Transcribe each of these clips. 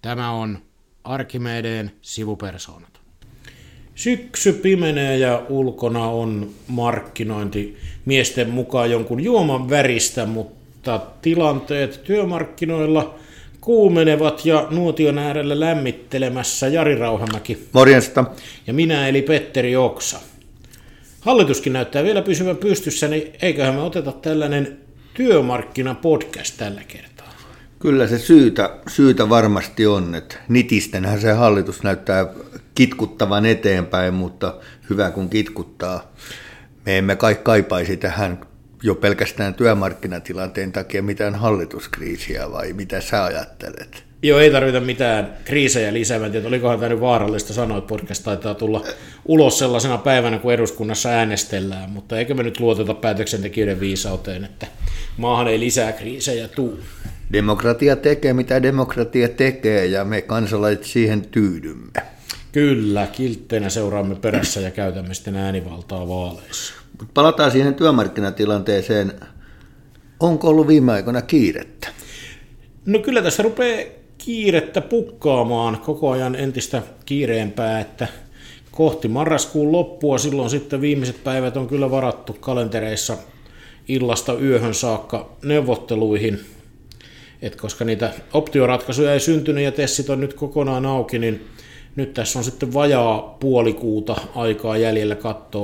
Tämä on Arkimedeen sivupersoonat. Syksy pimenee ja ulkona on markkinointi miesten mukaan jonkun juoman väristä, mutta tilanteet työmarkkinoilla kuumenevat ja nuotion äärellä lämmittelemässä Jari Rauhamäki. Morjesta. Ja minä eli Petteri Oksa. Hallituskin näyttää vielä pysyvän pystyssä, niin eiköhän me oteta tällainen työmarkkinapodcast tällä kertaa. Kyllä se syytä varmasti on, että nitistenhän se hallitus näyttää kitkuttavan eteenpäin, mutta hyvä kun kitkuttaa. Me emme kai kaipaisi tähän jo pelkästään työmarkkinatilanteen takia mitään hallituskriisiä, vai mitä sä ajattelet? Joo, ei tarvita mitään kriisejä lisää. Mä en tiedä, olikohan tämä nyt vaarallista sanoa, että podcast taitaa tulla ulos sellaisena päivänä, kun eduskunnassa äänestellään, mutta eikö me nyt luoteta päätöksentekijöiden viisauteen, että maahan ei lisää kriisejä tule. Demokratia tekee, mitä demokratia tekee, ja me kansalaiset siihen tyydymme. Kyllä, kiltteinä seuraamme perässä ja käytämme sitten äänivaltaa vaaleissa. Palataan siihen työmarkkinatilanteeseen. Onko ollut viime aikoina kiirettä? No kyllä tässä rupeaa kiirettä pukkaamaan koko ajan entistä kiireempää, että kohti marraskuun loppua silloin sitten viimeiset päivät on kyllä varattu kalentereissa illasta yöhön saakka neuvotteluihin. Et koska niitä optioratkaisuja ei syntynyt ja tessit on nyt kokonaan auki, niin nyt tässä on sitten vajaa puoli kuuta aikaa jäljellä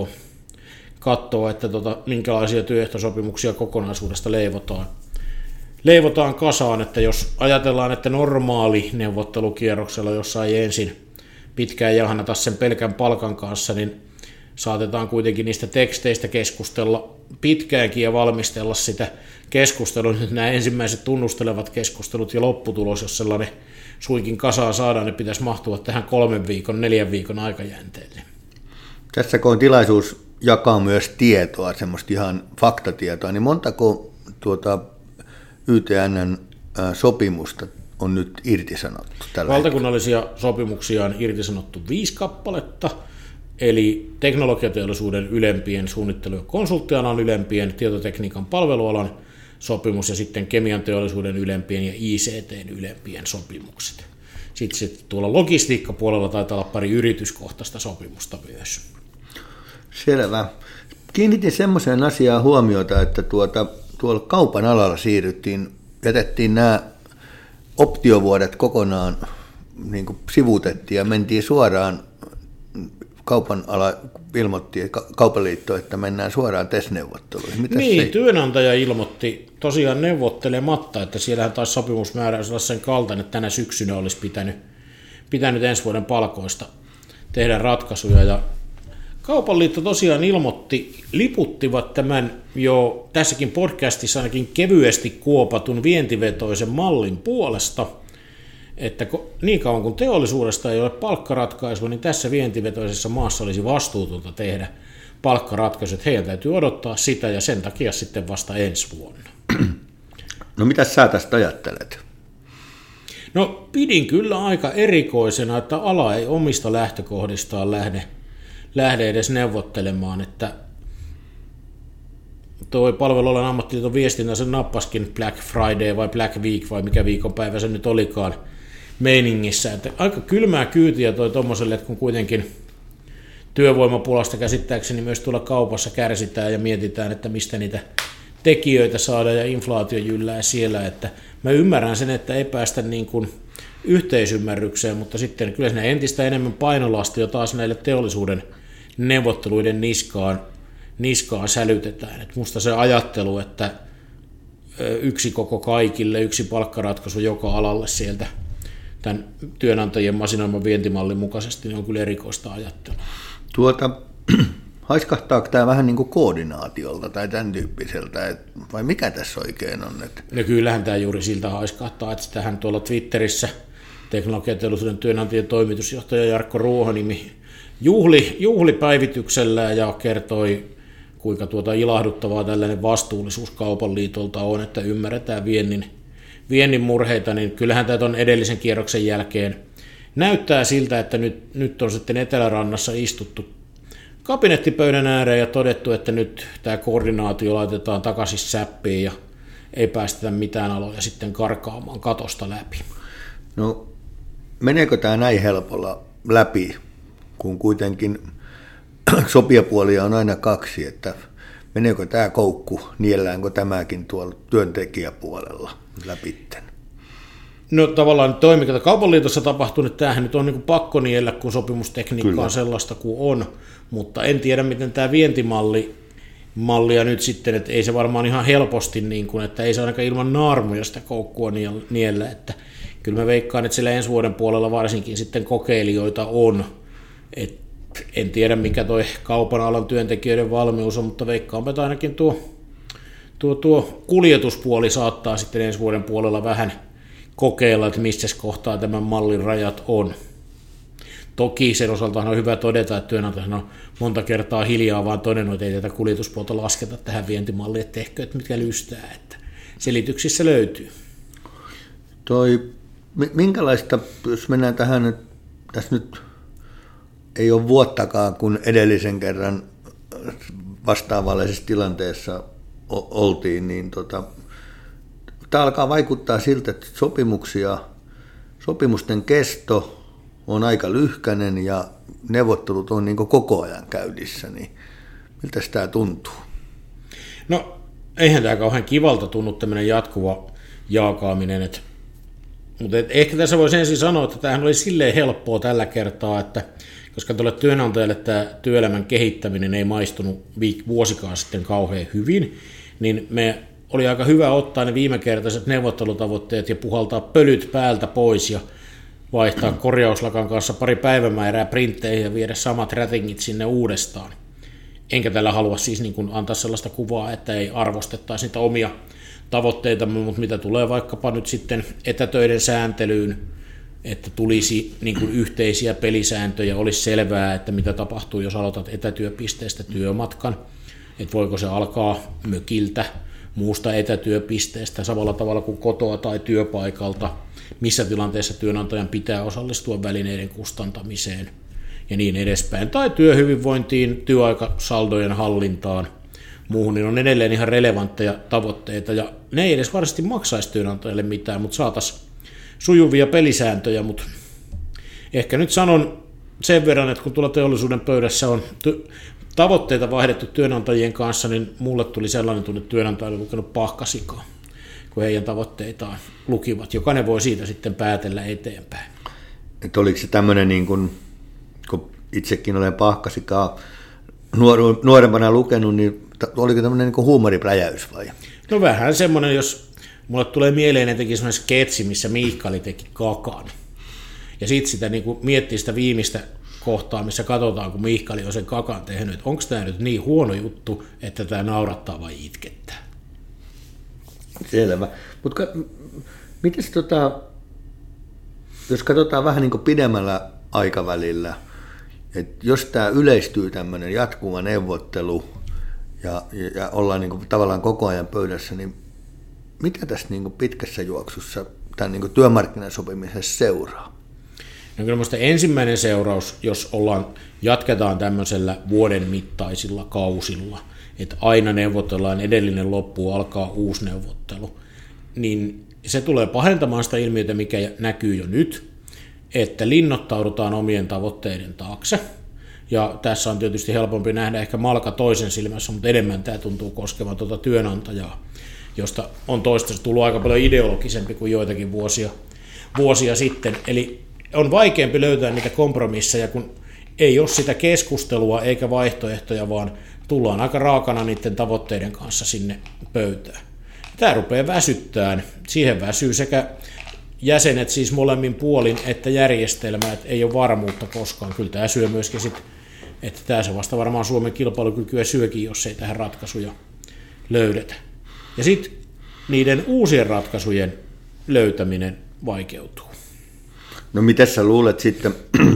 katsoa että minkälaisia työehtosopimuksia kokonaisuudesta leivotaan kasaan, että jos ajatellaan, että normaali neuvottelukierroksella, jossa ei ensin pitkään jahnata sen pelkän palkan kanssa, niin saatetaan kuitenkin niistä teksteistä keskustella pitkäänkin ja valmistella sitä keskustelua. Nyt nämä ensimmäiset tunnustelevat keskustelut ja lopputulos, jos sellainen suinkin kasaan saadaan, niin pitäisi mahtua tähän 4 viikon aikajänteelle. Tässä kun on tilaisuus jakaa myös tietoa, semmoista ihan faktatietoa, niin montako YTN:n sopimusta on nyt irtisanottu tällä Valtakunnallisia hetkellä? Sopimuksia on irtisanottu 5 kappaletta, eli teknologiateollisuuden ylempien, suunnittelu- ja konsulttialan ylempien, tietotekniikan palvelualan sopimus ja sitten kemian teollisuuden ylempien ja ICT:n ylempien sopimukset. Sitten tuolla logistiikkapuolella taitaa olla pari yrityskohtaista sopimusta myös. Selvä. Kiinnitin semmoiseen asiaan huomiota, että tuolla kaupan alalla jätettiin nämä optiovuodet kokonaan, niin kuin sivuutettiin ja mentiin suoraan, kaupan ala ilmoitti Kauppaliitto, että mennään suoraan TES-neuvotteluihin. Niin, työnantaja ilmoitti tosiaan neuvottelematta, että siellähän taisi sopimusmääräys olla sen kaltainen, että tänä syksynä olisi pitänyt ensi vuoden palkoista tehdä ratkaisuja. Ja Kaupan liitto tosiaan liputtivat tämän jo tässäkin podcastissa ainakin kevyesti kuopatun vientivetoisen mallin puolesta, että niin kauan kuin teollisuudesta ei ole palkkaratkaisua, niin tässä vientivetoisessa maassa olisi vastuutonta tehdä palkkaratkaisu, että heidän täytyy odottaa sitä ja sen takia sitten vasta ensi vuonna. No mitä sä tästä ajattelet? No pidin kyllä aika erikoisena, että ala ei omista lähtökohdistaan lähde edes neuvottelemaan, että tuo palvelualan ammattiliiton viestintä sen nappaskin Black Friday vai Black Week vai mikä viikonpäivä se nyt olikaan meiningissä, että aika kylmää kyytiä toi tommoselle, että kun kuitenkin työvoimapulasta käsittääkseni myös tuolla kaupassa kärsitään ja mietitään, että mistä niitä tekijöitä saadaan ja inflaatio jyllää siellä, että mä ymmärrän sen, että ei päästä niin kuin yhteisymmärrykseen, mutta sitten kyllä siinä entistä enemmän painolastia taas näille teollisuuden neuvotteluiden niskaan sälytetään. Et musta se ajattelu, että yksi koko kaikille, yksi palkkaratkaisu joka alalle sieltä tämän työnantajien masinoiman vientimallin mukaisesti, niin on kyllä erikoista ajattelua. Haiskahtaako tämä vähän niin kuin koordinaatiolta tai tämän tyyppiseltä, vai mikä tässä oikein on? No kyllähän tämä juuri siltä haiskahtaa, että tähän tuolla Twitterissä teknologiateollisuuden työnantajien toimitusjohtaja Jarkko Ruohonimi juhli päivityksellä ja kertoi, kuinka ilahduttavaa tällainen vastuullisuus Kaupan liitolta on, että ymmärretään viennin murheita, niin kyllähän tämä on edellisen kierroksen jälkeen näyttää siltä, että nyt on sitten Etelärannassa istuttu kabinettipöydän ääreen ja todettu, että nyt tämä koordinaatio laitetaan takaisin säppiin ja ei päästetä mitään aloja sitten karkaamaan katosta läpi. No meneekö tämä näin helpolla läpi, kun kuitenkin sopijapuolia on aina kaksi, että meneekö tämä koukku, nielläänkö tämäkin tuolla työntekijäpuolella läpitten? No tavallaan mikä Kaupan liitossa tapahtunut, tämähän nyt on niin kuin pakko niellä, kun sopimustekniikka on sellaista kuin on, mutta en tiedä, miten tämä vientimallia nyt sitten, että ei se varmaan ihan helposti, niin kuin, että ei se ainakaan ilman naarmuja sitä koukkua niellä, että kyllä mä veikkaan, että siellä ensi vuoden puolella varsinkin sitten kokeilijoita on, että en tiedä, mikä toi kaupan alan työntekijöiden valmius on, mutta veikkaanpa, että ainakin tuo kuljetuspuoli saattaa sitten ensi vuoden puolella vähän kokeilla, että missä kohtaa tämän mallin rajat on. Toki sen osalta on hyvä todeta, että työnantaja on monta kertaa hiljaa vaan todennut, että ei tätä kuljetuspuolta lasketa tähän vientimalliin, että tehkö, että mitkä lystää, että selityksissä löytyy. Minkälaista, jos mennään tähän, että tässä nyt ei ole vuottakaan, kun edellisen kerran vastaavallisessa tilanteessa oltiin, niin tämä alkaa vaikuttaa siltä, että sopimusten kesto on aika lyhkäinen ja neuvottelut on niin koko ajan käynnissä, niin miltä tämä tuntuu? No eihän tämä kauhean kivalta tunnu tämmöinen jatkuva jaakaaminen, mutta ehkä tässä voisi ensin sanoa, että tämähän oli silleen helppoa tällä kertaa, että koska tuolle työnantajalle tämä työelämän kehittäminen ei maistunut vuosikaan sitten kauhean hyvin, niin me oli aika hyvä ottaa ne viimekertaiset neuvottelutavoitteet ja puhaltaa pölyt päältä pois ja vaihtaa korjauslakan kanssa pari päivämäärää printteihin ja viedä samat rätingit sinne uudestaan. Enkä tällä halua siis niin kuin antaa sellaista kuvaa, että ei arvostettaisi niitä omia tavoitteitamme, mutta mitä tulee vaikkapa nyt sitten etätöiden sääntelyyn, että tulisi niin kuin yhteisiä pelisääntöjä, olisi selvää, että mitä tapahtuu, jos aloitat etätyöpisteestä työmatkan, että voiko se alkaa mökiltä, muusta etätyöpisteestä samalla tavalla kuin kotoa tai työpaikalta, missä tilanteessa työnantajan pitää osallistua välineiden kustantamiseen ja niin edespäin, tai työhyvinvointiin, työaikasaldojen hallintaan, muuhun, niin on edelleen ihan relevantteja tavoitteita, ja ne ei edes varsinaisesti maksaisi työnantajalle mitään, mutta saataisiin sujuvia pelisääntöjä, mutta ehkä nyt sanon sen verran, että kun tuolla teollisuuden pöydässä on tavoitteita vaihdettu työnantajien kanssa, niin mulle tuli sellainen tunne, että työnantaja oli lukenut pahkasikaa, kun heidän tavoitteitaan lukivat. Jokainen voi siitä sitten päätellä eteenpäin. Että oliko se tämmöinen, niin kun itsekin olen pahkasikaa nuorempana lukenut, niin oliko tämmöinen niin huumoripläjäys vai? No vähän semmoinen, jos mulle tulee mieleen etenkin semmoinen sketsi, missä Miikkali teki kakan. Ja sitten sitä niin miettii sitä viimeistä kohtaa, missä katsotaan, kun Miikkali on sen kakan tehnyt, että onko tämä nyt niin huono juttu, että tämä naurattaa vai itkettää. Selvä. Mutta mites jos katsotaan vähän niin kuin pidemmällä aikavälillä, että jos tämä yleistyy tämmöinen jatkuva neuvottelu ja ollaan niin kuin tavallaan koko ajan pöydässä, niin mitä tässä niin kuin pitkässä juoksussa tämän niin kuin työmarkkinasopimisessa seuraa? No kyllä minusta ensimmäinen seuraus, jos jatketaan tämmöisellä vuoden mittaisilla kausilla, että aina neuvotellaan, edellinen loppuu, alkaa uusi neuvottelu, niin se tulee pahentamaan sitä ilmiötä, mikä näkyy jo nyt, että linnoittaudutaan omien tavoitteiden taakse. Ja tässä on tietysti helpompi nähdä ehkä malka toisen silmässä, mutta enemmän tämä tuntuu koskevan työnantajaa, josta on toistaiseksi tullut aika paljon ideologisempi kuin joitakin vuosia sitten. Eli on vaikeampi löytää niitä kompromisseja, kun ei ole sitä keskustelua eikä vaihtoehtoja, vaan tullaan aika raakana niiden tavoitteiden kanssa sinne pöytään. Tämä rupeaa väsyttämään. Siihen väsyy sekä jäsenet siis molemmin puolin, että järjestelmä, että ei ole varmuutta koskaan. Kyllä tämä syö myöskin sitten, että tämä se vasta varmaan Suomen kilpailukykyä syökin, jos ei tähän ratkaisuja löydetä. Ja sitten niiden uusien ratkaisujen löytäminen vaikeutuu. No mitä sä luulet sitten,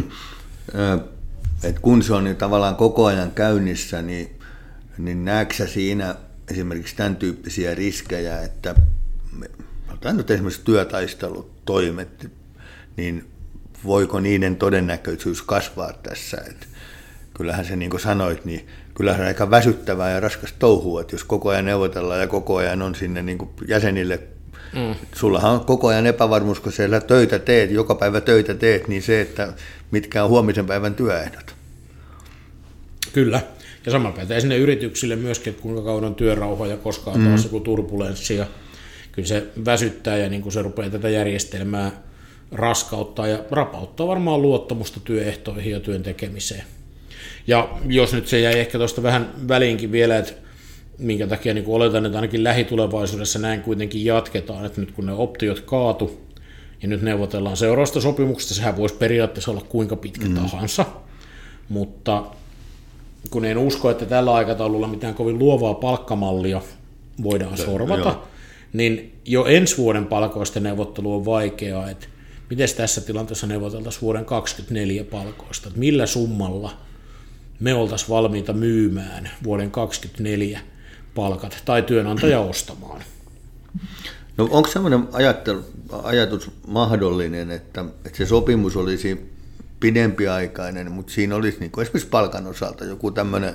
että kun se on niin tavallaan koko ajan käynnissä, niin näetkö sä siinä esimerkiksi tämän tyyppisiä riskejä, että otetaan nyt esimerkiksi työtaistelutoimet, niin voiko niiden todennäköisyys kasvaa tässä? Että kyllähän se niin kuin sanoit, niin kyllähän se aika väsyttävää ja raskas touhua, että jos koko ajan neuvotellaan ja koko ajan on sinne niin kuin jäsenille Sullahan on koko ajan epävarmuus, kun siellä töitä teet, joka päivä töitä teet, niin se, että mitkä on huomisen päivän työehdot. Kyllä. Ja sama pätee sinne yrityksille myöskin, että kuinka kauan on työrauha ja koska on taas joku turbulenssi. Ja kyllä se väsyttää ja niin kuin se rupeaa tätä järjestelmää raskauttaa ja rapauttaa varmaan luottamusta työehtoihin ja työn tekemiseen. Ja jos nyt se jäi ehkä tuosta vähän väliinkin vielä, että minkä takia niin oletan, että ainakin lähitulevaisuudessa näin kuitenkin jatketaan, että nyt kun ne optiot kaatu ja nyt neuvotellaan seuraavasta sopimuksesta, sehän voisi periaatteessa olla kuinka pitkä tahansa, mutta kun en usko, että tällä aikataululla mitään kovin luovaa palkkamallia voidaan sorvata, niin jo ensi vuoden palkoista neuvottelu on vaikeaa, että miten tässä tilanteessa neuvoteltaisiin vuoden 2024 palkoista, että millä summalla me oltaisiin valmiita myymään vuoden 2024 palkat tai työnantaja ostamaan. No onko sellainen ajatus mahdollinen, että se sopimus olisi pidempiaikainen, mutta siinä olisi niin kuin esimerkiksi palkan osalta joku tämmöinen,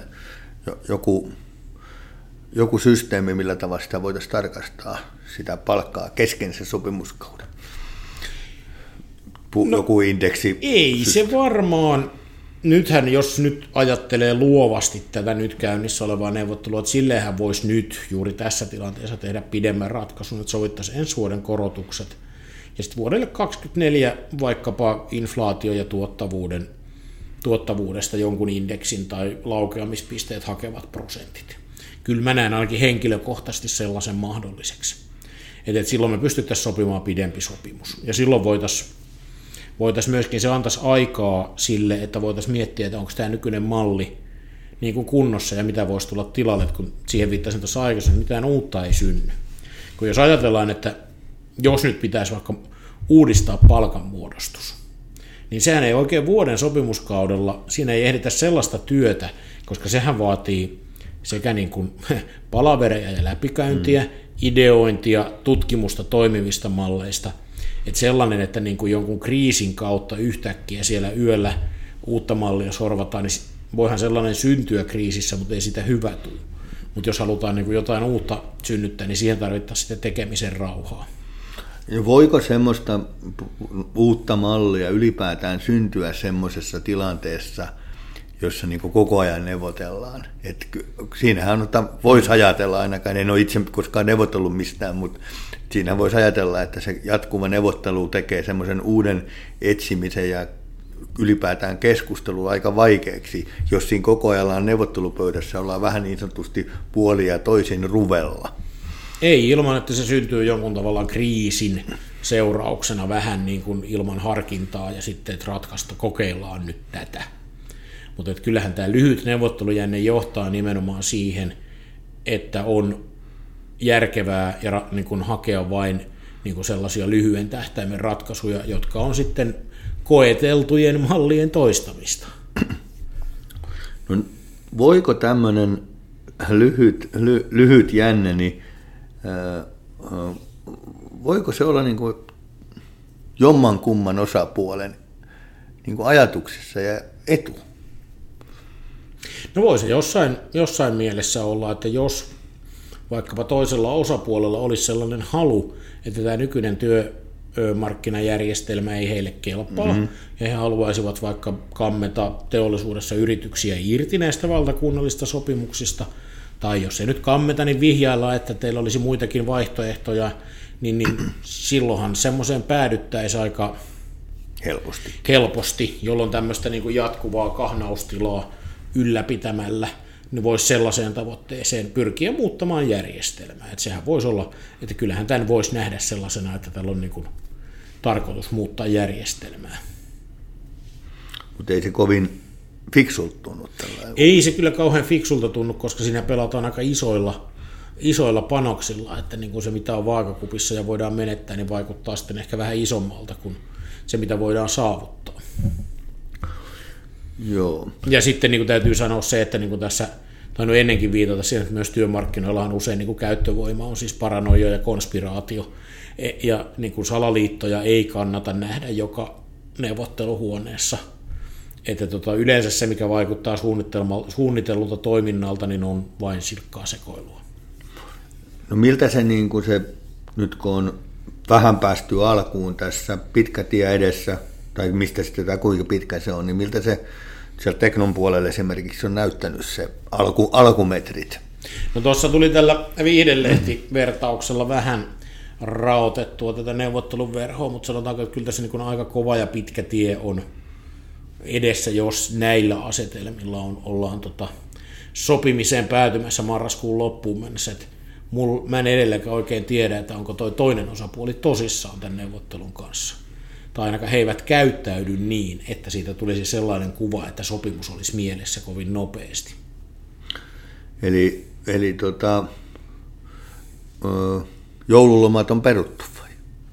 joku systeemi, millä tavalla sitä voitaisiin tarkastaa sitä palkkaa kesken sen sopimuskauden? Joku indeksi? Ei se varmaan. Nythän, jos nyt ajattelee luovasti tätä nyt käynnissä olevaa neuvottelua, että silleenhän voisi nyt juuri tässä tilanteessa tehdä pidemmän ratkaisun, että sovittaisiin ensi vuoden korotukset. Ja sitten vuodelle 2024 vaikkapa inflaatio- ja tuottavuudesta jonkun indeksin tai laukeamispisteet hakevat prosentit. Kyllä mä näen ainakin henkilökohtaisesti sellaisen mahdolliseksi. Että silloin me pystyttäisiin sopimaan pidempi sopimus. Ja silloin voitaisiin myöskin, se antaisi aikaa sille, että voitaisiin miettiä, että onko tämä nykyinen malli niin kuin kunnossa ja mitä voisi tulla tilalle, kun siihen viittasin tuossa aikaisemmin, mitään uutta ei synny. Kun jos ajatellaan, että jos nyt pitäisi vaikka uudistaa palkanmuodostus, niin sehän ei oikein vuoden sopimuskaudella, siinä ei ehditä sellaista työtä, koska sehän vaatii sekä niin kuin palavereja ja läpikäyntiä, ideointia, tutkimusta toimivista malleista, että sellainen, että niin kuin jonkun kriisin kautta yhtäkkiä siellä yöllä uutta mallia sorvataan, niin voihan sellainen syntyä kriisissä, mutta ei sitä hyvä tule. Mutta jos halutaan niin kuin jotain uutta synnyttää, niin siihen tarvittaisiin sitä tekemisen rauhaa. Ja voiko semmoista uutta mallia ylipäätään syntyä semmoisessa tilanteessa, jossa niin kuin koko ajan neuvotellaan? Et siinähän voisi ajatella ainakaan, en ole itse koskaan neuvotellut mistään, mutta siinä voisi ajatella, että se jatkuva neuvottelu tekee semmoisen uuden etsimisen ja ylipäätään keskustelu aika vaikeaksi, jos siinä koko ajan neuvottelupöydässä ollaan vähän niin sanotusti puolin ja toisin ruvella. Ei ilman, että se syntyy jonkun tavallaan kriisin seurauksena vähän niin kuin ilman harkintaa ja sitten, että ratkaista kokeillaan nyt tätä. Mutta kyllähän tämä lyhyt neuvottelujänne johtaa nimenomaan siihen, että on järkevää ja niin kuin hakea vain niin kuin sellaisia lyhyen tähtäimen ratkaisuja, jotka on sitten koeteltujen mallien toistamista. No, voiko tämmöinen lyhyt jänne, niin voiko se olla niin kuin jommankumman osapuolen niin kuin ajatuksessa ja etu? No voisi jossain mielessä olla, että jos vaikkapa toisella osapuolella olisi sellainen halu, että tämä nykyinen työmarkkinajärjestelmä ei heille kelpaa, ja he haluaisivat vaikka kammeta teollisuudessa yrityksiä irti näistä valtakunnallista sopimuksista, tai jos ei nyt kammeta, niin vihjailla, että teillä olisi muitakin vaihtoehtoja, niin silloinhan semmoiseen päädyttäisiin aika helposti, jolloin tämmöistä niin kuin jatkuvaa kahnaustilaa ylläpitämällä niin voisi sellaiseen tavoitteeseen pyrkiä muuttamaan järjestelmää. Että sehän voisi olla, että kyllähän tämän voisi nähdä sellaisena, että tällä on niin kuin tarkoitus muuttaa järjestelmää. Mutta ei se kovin fiksulta tunnu tällä. Ei se kyllä kauhean fiksulta tunnu, koska siinä pelataan aika isoilla panoksilla, että niin kuin se mitä on vaakakupissa ja voidaan menettää, niin vaikuttaa sitten ehkä vähän isommalta kuin se mitä voidaan saavuttaa. Joo. Ja sitten niin kuin täytyy sanoa se, että niin kuin tässä tainnut ennenkin viitata siihen, että myös työmarkkinoillahan usein niin kuin käyttövoima on siis paranoia ja konspiraatio, ja niin kuin salaliittoja ei kannata nähdä joka neuvotteluhuoneessa. Että yleensä se, mikä vaikuttaa suunnitellulta toiminnalta, niin on vain silkkaa sekoilua. No miltä se, niin kuin se nyt kun on vähän päästy alkuun tässä, pitkä tie edessä, tai mistä sitten tai kuinka pitkä se on, niin miltä se siellä Teknon puolella esimerkiksi on näyttänyt se alkumetrit? No tuossa tuli tällä Viihdelehti-vertauksella vähän raotettua tätä neuvottelun verhoa, mutta sanotaanko, että kyllä tässä niin aika kova ja pitkä tie on edessä, jos näillä asetelmilla ollaan sopimiseen päätymässä marraskuun loppuun mennessä. Mä en edelleenkään oikein tiedä, että onko toi toinen osapuoli tosissaan tämän neuvottelun kanssa. Tai ainakaan he eivät käyttäydy niin, että siitä tulisi sellainen kuva, että sopimus olisi mielessä kovin nopeasti. Eli joululomat on peruttu vai?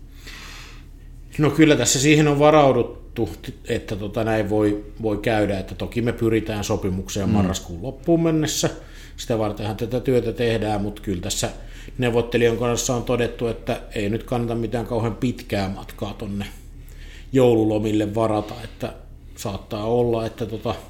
No kyllä tässä siihen on varauduttu, että näin voi käydä, että toki me pyritään sopimukseen marraskuun loppuun mennessä. Sitä vartenhan tätä työtä tehdään, mutta kyllä tässä neuvottelijan kanssa on todettu, että ei nyt kannata mitään kauhean pitkää matkaa tonne joululomille varata, että saattaa olla, että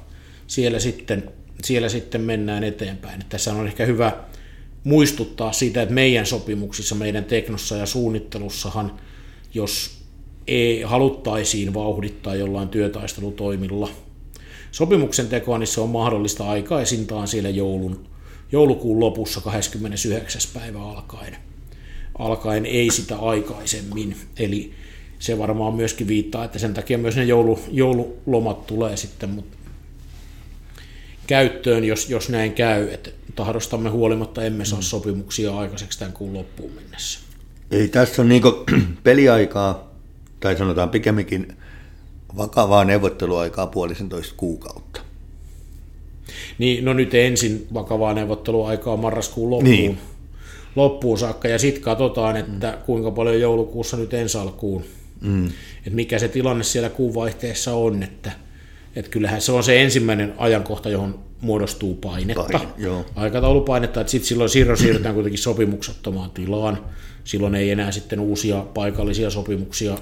siellä sitten mennään eteenpäin. Että tässä on ehkä hyvä muistuttaa siitä, että meidän sopimuksissa, meidän teknossa ja suunnittelussahan, jos ei haluttaisiin vauhdittaa jollain työtaistelutoimilla sopimuksen tekoa, niin se on mahdollista aikaisintaan siellä joulukuun lopussa 29. päivä alkaen ei sitä aikaisemmin. Eli se varmaan myöskin viittaa, että sen takia myös ne joululomat tulee sitten käyttöön, jos näin käy, että tahdostamme huolimatta emme saa sopimuksia aikaiseksi tämän kuun loppuun mennessä. Eli tässä on niinku peliaikaa, tai sanotaan pikemminkin vakavaa neuvotteluaikaa 1,5 kuukautta. Niin, no nyt ensin vakavaa neuvotteluaikaa marraskuun loppuun saakka, ja sitten katsotaan, että kuinka paljon joulukuussa nyt ensi alkuun, että mikä se tilanne siellä kuun vaihteessa on, että kyllähän se on se ensimmäinen ajankohta, johon muodostuu painetta, aikataulupainetta, että sitten silloin siirrytään kuitenkin sopimuksettomaan tilaan, silloin ei enää sitten uusia paikallisia sopimuksia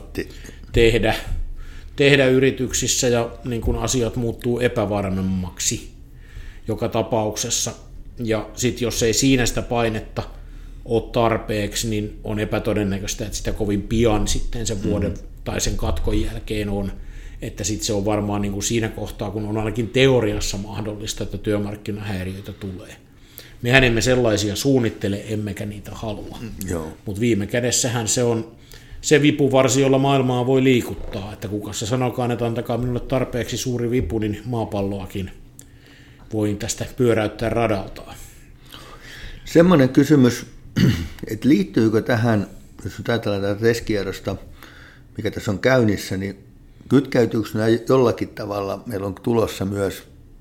tehdä yrityksissä, ja niin kun asiat muuttuu epävarmemmaksi joka tapauksessa, ja sitten jos ei siinä sitä painetta ole tarpeeksi, niin on epätodennäköistä, että sitä kovin pian sitten sen vuoden tai sen katkon jälkeen on, että sitten se on varmaan niin kuin siinä kohtaa, kun on ainakin teoriassa mahdollista, että työmarkkinahäiriöitä tulee. Mehän emme sellaisia suunnittele, emmekä niitä halua, mutta viime kädessähän se on se vipuvarsi, jolla maailmaa voi liikuttaa, että kuka se sanokaan, että antakaa minulle tarpeeksi suuri vipu, niin maapalloakin voin tästä pyöräyttää radaltaan. Semmoinen kysymys, että liittyykö tähän, jos ajatellaan tätä teskierrosta, mikä tässä on käynnissä, niin kytkeytyykö nämä jollakin tavalla, meillä on tulossa myös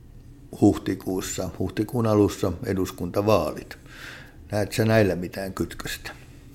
huhtikuun alussa eduskuntavaalit. Näetkö sä näillä mitään kytköstä?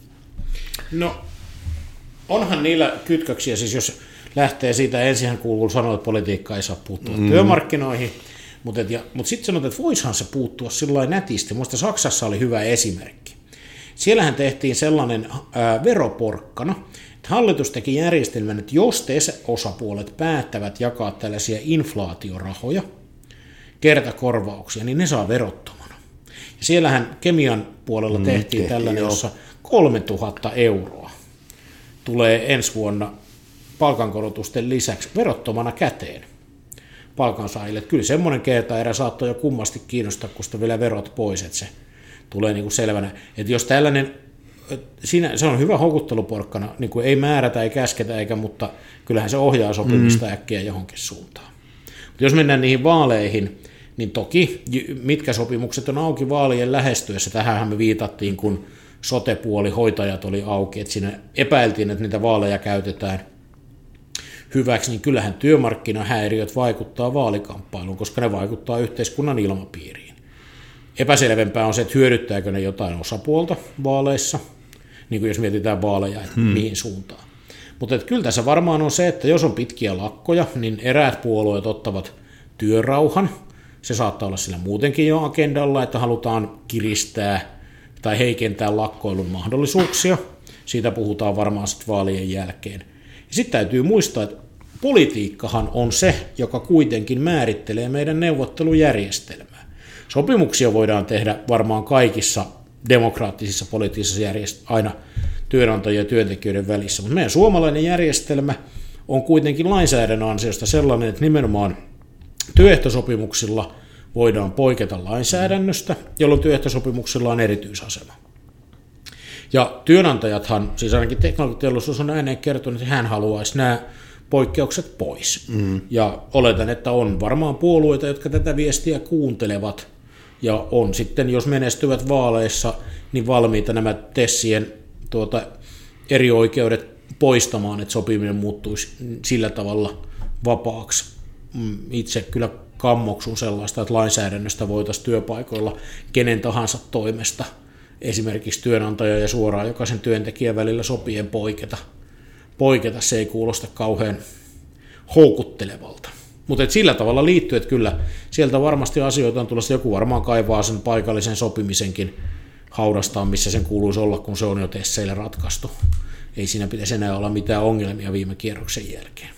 No, onhan niillä kytköksiä, siis jos lähtee siitä, ensinhän kuuluu sanoa, että politiikka ei saa puuttua työmarkkinoihin, mutta sitten sanotaan, että voisihan se puuttua sillä nätisti. Minusta Saksassa oli hyvä esimerkki. Siellähän tehtiin sellainen veroporkkana, että hallitus teki järjestelmän, että jos osapuolet päättävät jakaa tällaisia inflaatiorahoja, kertakorvauksia, niin ne saa verottomana. Ja siellähän kemian puolella tehtiin tällainen, jossa 3 000 euroa tulee ensi vuonna palkankorotusten lisäksi verottomana käteen palkansaajille. Kyllä semmoinen kertaerä saattoi jo kummasti kiinnostaa, kun sitä vielä verot pois, että se tulee niin kuin selvänä. Että jos tällainen, se on hyvä houkutteluporkkana, niin kuin ei määrätä, ei käsketä, mutta kyllähän se ohjaa sopimista äkkiä johonkin suuntaan. Mutta jos mennään niihin vaaleihin, niin toki mitkä sopimukset on auki vaalien lähestyessä, tähänhän me viitattiin, kun sote-puoli, hoitajat oli auki, että siinä epäiltiin, että niitä vaaleja käytetään hyväksi, niin kyllähän työmarkkinahäiriöt vaikuttaa vaalikamppailuun, koska ne vaikuttaa yhteiskunnan ilmapiiriin. Epäselvempää on se, että hyödyttääkö ne jotain osapuolta vaaleissa, niin kuin jos mietitään vaaleja, että mihin suuntaan. Mutta kyllä tässä varmaan on se, että jos on pitkiä lakkoja, niin eräät puolueet ottavat työrauhan. Se saattaa olla sillä muutenkin jo agendalla, että halutaan kiristää tai heikentää lakkoilun mahdollisuuksia. Siitä puhutaan varmaan sitten vaalien jälkeen. Ja sitten täytyy muistaa, että politiikkahan on se, joka kuitenkin määrittelee meidän neuvottelujärjestelmää. Sopimuksia voidaan tehdä varmaan kaikissa demokraattisissa poliittisissa aina työnantajien ja työntekijöiden välissä. Mutta meidän suomalainen järjestelmä on kuitenkin lainsäädännön ansiosta sellainen, että nimenomaan työehtosopimuksilla voidaan poiketa lainsäädännöstä, jolloin työehtosopimuksilla on erityisasema. Ja työnantajathan, siis ainakin teknologiateollisuus on ääneen kertonut, että hän haluaisi nämä poikkeukset pois. Ja oletan, että on varmaan puolueita, jotka tätä viestiä kuuntelevat, ja on sitten, jos menestyvät vaaleissa, niin valmiita nämä TESien eri oikeudet poistamaan, että sopiminen muuttuisi sillä tavalla vapaaksi. Itse kyllä kammoksun sellaista, että lainsäädännöstä voitaisiin työpaikoilla kenen tahansa toimesta, esimerkiksi työnantaja ja suoraan jokaisen työntekijän välillä sopien poiketa. Se ei kuulosta kauhean houkuttelevalta. Mutta sillä tavalla liittyy, että kyllä sieltä varmasti asioita on tulossa, joku varmaan kaivaa sen paikallisen sopimisenkin haudastaan, missä sen kuuluisi olla, kun se on jo TESeille ratkaistu. Ei siinä pitäisi enää olla mitään ongelmia viime kierroksen jälkeen.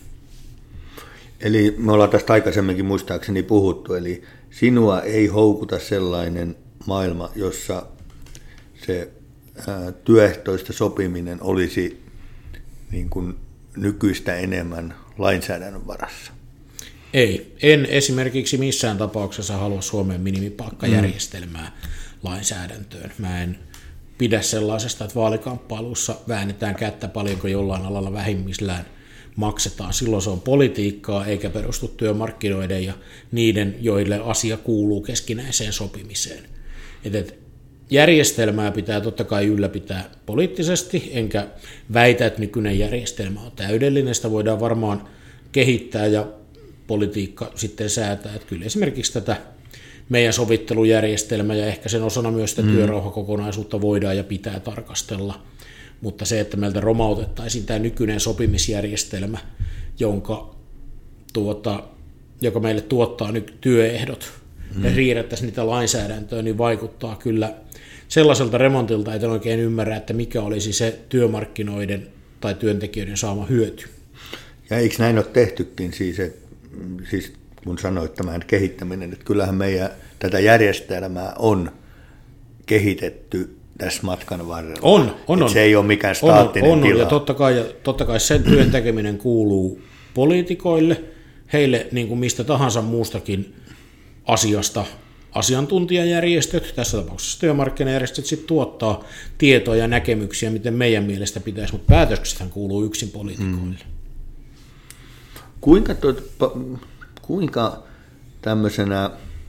Eli me ollaan tästä aikaisemminkin muistaakseni puhuttu, eli sinua ei houkuta sellainen maailma, jossa se työehtoista sopiminen olisi niin kuin nykyistä enemmän lainsäädännön varassa. Ei, en esimerkiksi missään tapauksessa halua Suomen minimipalkkajärjestelmää lainsäädäntöön. Mä en pidä sellaisesta, että vaalikamppailussa väännetään kättä paljonko jollain alalla vähimmisillään maksetaan. Silloin se on politiikkaa eikä perustu työmarkkinoiden ja niiden, joille asia kuuluu keskinäiseen sopimiseen. Järjestelmää pitää totta kai ylläpitää poliittisesti, enkä väitä, että nykyinen järjestelmä on täydellinen. Sitä voidaan varmaan kehittää ja politiikka sitten säätää. Että kyllä esimerkiksi tätä meidän sovittelujärjestelmää ja ehkä sen osana myös sitä työrauhakokonaisuutta voidaan ja pitää tarkastella. Mutta se, että meiltä romautettaisiin tämä nykyinen sopimisjärjestelmä, joka meille tuottaa nyt työehdot, ja riidettäisiin niitä lainsäädäntöä, niin vaikuttaa kyllä sellaiselta remontilta, että en oikein ymmärrä, että mikä olisi se työmarkkinoiden tai työntekijöiden saama hyöty. Ja eikö näin ole tehtykin, siis kun sanoit tämän kehittäminen, että kyllähän meidän tätä järjestelmää on kehitetty tässä matkan varrella. On. Se ei ole mikään staattinen tila. Ja totta kai sen työn tekeminen kuuluu poliitikoille, heille niin kuin mistä tahansa muustakin asiasta asiantuntijajärjestöt, tässä tapauksessa työmarkkinajärjestöt, sitten tuottaa tietoa ja näkemyksiä, miten meidän mielestä pitäisi, mutta päätöksethän kuuluu yksin poliitikoille. Kuinka tämmöisenä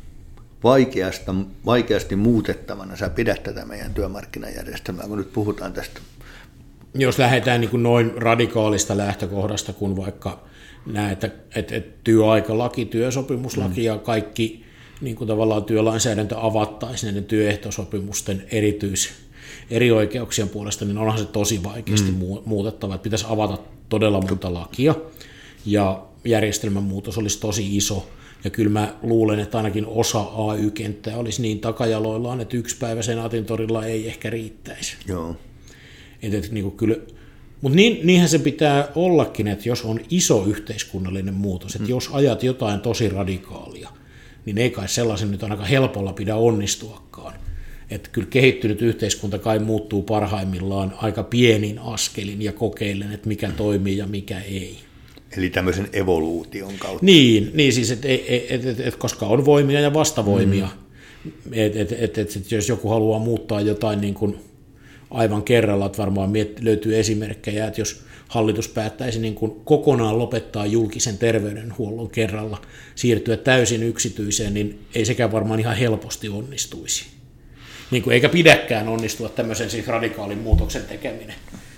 vaikeasti muutettavana sä pidät tätä meidän työmarkkinajärjestelmää, kun nyt puhutaan tästä? Jos lähdetään niin kuin noin radikaalista lähtökohdasta, kun vaikka että työaikalaki, työsopimuslaki ja kaikki niin kuin tavallaan työlainsäädäntö avattaisiin näiden työehtosopimusten eri oikeuksien puolesta, niin onhan se tosi vaikeasti muutettava. Että pitäisi avata todella monta lakia, ja järjestelmän muutos olisi tosi iso. Ja kyllä mä luulen, että ainakin osa AY-kenttää olisi niin takajaloillaan, että yksi päivä Senaatintorilla ei ehkä riittäisi. Joo. Mutta niinhän se pitää ollakin, että jos on iso yhteiskunnallinen muutos, että jos ajat jotain tosi radikaalia, niin ei kai sellaisen nyt ainakaan helpolla pidä onnistuakaan. Että kyllä kehittynyt yhteiskunta kai muuttuu parhaimmillaan aika pienin askelin ja kokeillen, että mikä toimii ja mikä ei. Eli tämmöisen evoluution kautta. Niin siis, et koska on voimia ja vastavoimia. Jos joku haluaa muuttaa jotain niin kuin aivan kerralla, että varmaan löytyy esimerkkejä, että jos hallitus päättäisi niin kuin kokonaan lopettaa julkisen terveydenhuollon kerralla, siirtyä täysin yksityiseen, niin ei sekään varmaan ihan helposti onnistuisi. Niin kuin eikä pidäkään onnistua tämmöisen siis radikaalin muutoksen tekeminen.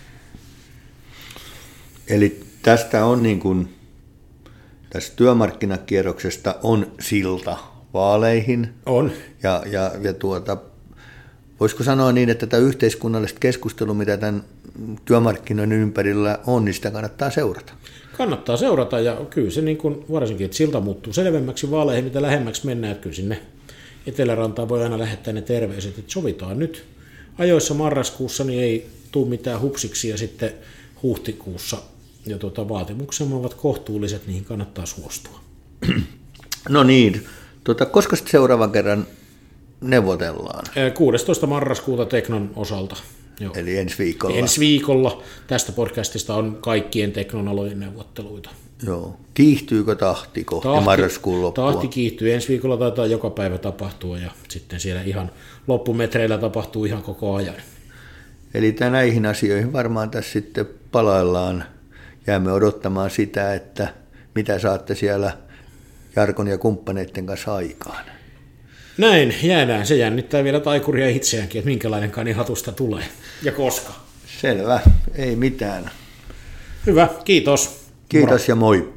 Eli tästä on niin kuin, tästä työmarkkinakierroksesta on silta vaaleihin. On. Ja voisiko sanoa niin, että tätä yhteiskunnallista keskustelua, mitä tämän työmarkkinoiden ympärillä on, niin sitä kannattaa seurata. Kannattaa seurata, ja kyllä se niin kuin, varsinkin, että silta muuttuu selvemmäksi vaaleihin, mitä lähemmäksi mennään, että kyllä sinne Etelärantaan voi aina lähettää ne terveiset, että sovitaan nyt ajoissa marraskuussa, niin ei tule mitään hupsiksi, ja sitten huhtikuussa, ja vaatimuksemme ovat kohtuulliset, niihin kannattaa suostua. No niin, koska sitten seuraavan kerran neuvotellaan? 16. marraskuuta Teknon osalta. Joo. Eli ensi viikolla. Ensi viikolla tästä podcastista on kaikkien teknologien neuvotteluita. Joo. Kiihtyykö tahti kohti marraskuun loppua? Tahti kiihtyy. Ensi viikolla taitaa joka päivä tapahtua ja sitten siellä ihan loppumetreillä tapahtuu ihan koko ajan. Eli näihin asioihin varmaan tässä sitten palaillaan. Jäämme odottamaan sitä, että mitä saatte siellä Jarkon ja kumppaneiden kanssa aikaan. Näin, jäädään. Se jännittää vielä taikuria itseäänkin, että minkälainen kanihatusta tulee ja koska. Selvä, ei mitään. Hyvä, kiitos. Kiitos ja moi.